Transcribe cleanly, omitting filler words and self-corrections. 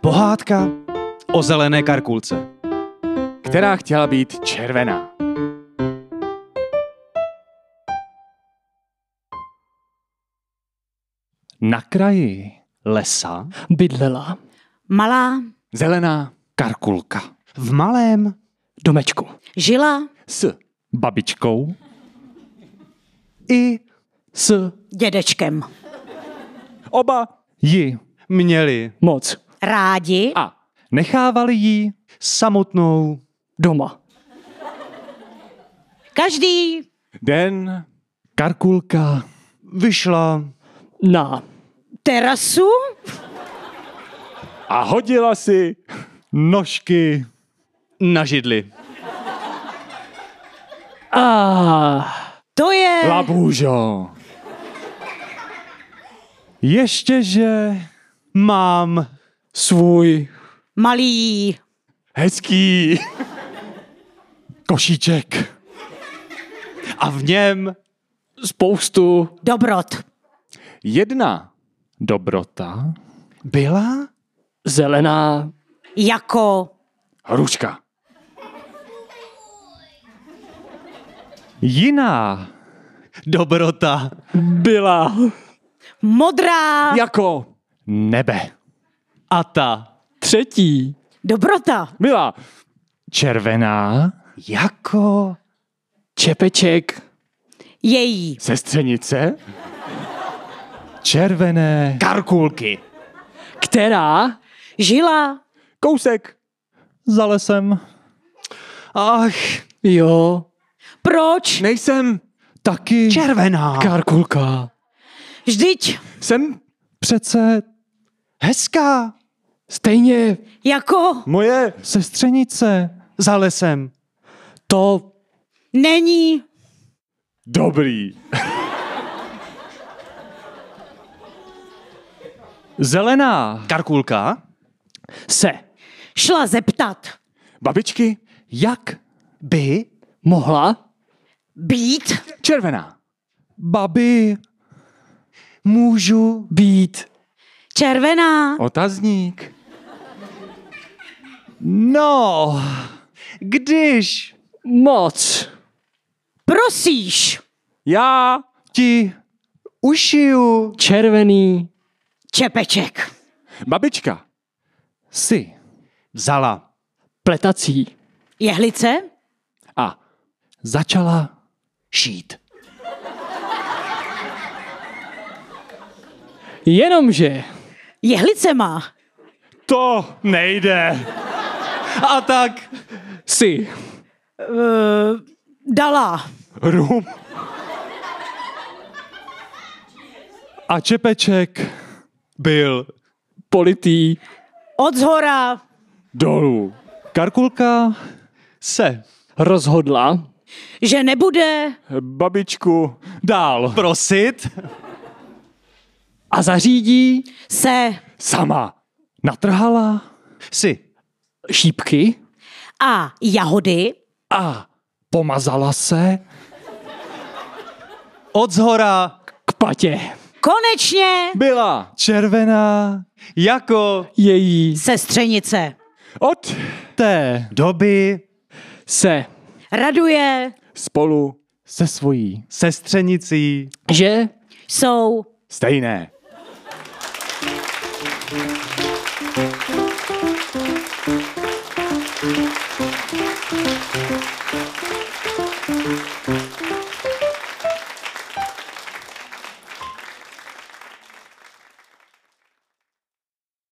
Pohádka o zelené karkulce, která chtěla být červená. Na kraji lesa bydlela Malá Zelená karkulka. V malém domečku. žila s babičkou i S dědečkem. oba ji měli moc. Rádi a nechávali ji samotnou. Doma. každý den Karkulka vyšla Na terasu a hodila si nožky na židli. to je labůžo. Ještěže mám svůj malý Hezký. košíček a v něm spoustu dobrot. Jedna dobrota byla zelená Jako hruška. jiná dobrota byla modrá Jako nebe. A ta třetí dobrota. byla červená jako čepeček Její sestřenice. červené karkulky. která žila Kousek Za lesem. Ach, jo proč? nejsem. taky červená. karkulka Vždyť Jsem Přece hezká stejně jako moje. sestřenice za lesem. to není Dobrý. Zelená karkulka se šla zeptat. Babičky. jak by mohla Být Červená. babi můžu být červená. Otazník. no, když moc Prosíš Já. ti ušiju červený čepeček. Babička. si vzala pletací Jehlice A začala šít. jenomže jehlice má to Nejde. A tak si dala rum. a čepeček byl politý odzhora Dolů. karkulka se rozhodla že nebude Babičku. dál prosit a zařídí se Sama. natrhala si šípky a jahody a pomazala se od zhora k patě konečně Byla. červená jako její sestřenice. Od té doby se Raduje spolu se svojí sestřenicí že jsou stejné.